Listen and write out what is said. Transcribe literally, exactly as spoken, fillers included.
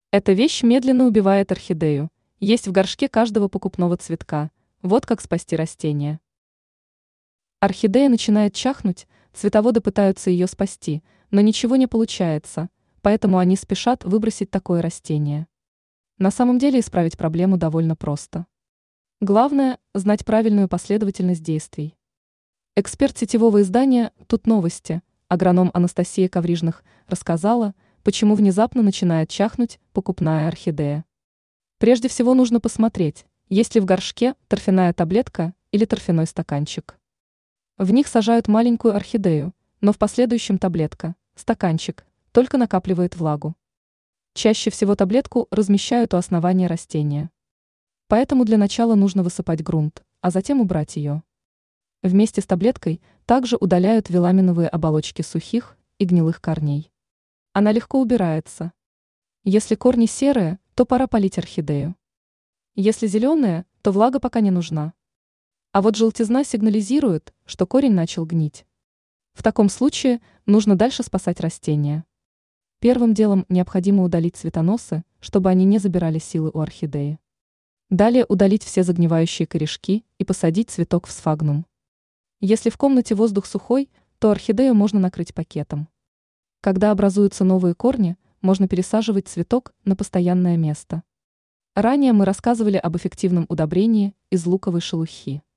Эта вещь медленно убивает орхидею. Есть в горшке каждого покупного цветка. Вот как спасти растение. Орхидея начинает чахнуть, цветоводы пытаются ее спасти, но ничего не получается, поэтому они спешат выбросить такое растение. На самом деле исправить проблему довольно просто. Главное – знать правильную последовательность действий. Эксперт сетевого издания «Тут новости», агроном Анастасия Коврижных, рассказала, почему внезапно начинает чахнуть покупная орхидея. Прежде всего нужно посмотреть, есть ли в горшке торфяная таблетка или торфяной стаканчик. В них сажают маленькую орхидею, но в последующем таблетка, стаканчик, только накапливает влагу. Чаще всего таблетку размещают у основания растения. Поэтому для начала нужно высыпать грунт, а затем убрать ее. Вместе с таблеткой также удаляют веламиновые оболочки сухих и гнилых корней. Она легко убирается. Если корни серые, то пора полить орхидею. Если зеленые, то влага пока не нужна. А вот желтизна сигнализирует, что корень начал гнить. В таком случае нужно дальше спасать растение. Первым делом необходимо удалить цветоносы, чтобы они не забирали силы у орхидеи. Далее удалить все загнивающие корешки и посадить цветок в сфагнум. Если в комнате воздух сухой, то орхидею можно накрыть пакетом. Когда образуются новые корни, можно пересаживать цветок на постоянное место. Ранее мы рассказывали об эффективном удобрении из луковой шелухи.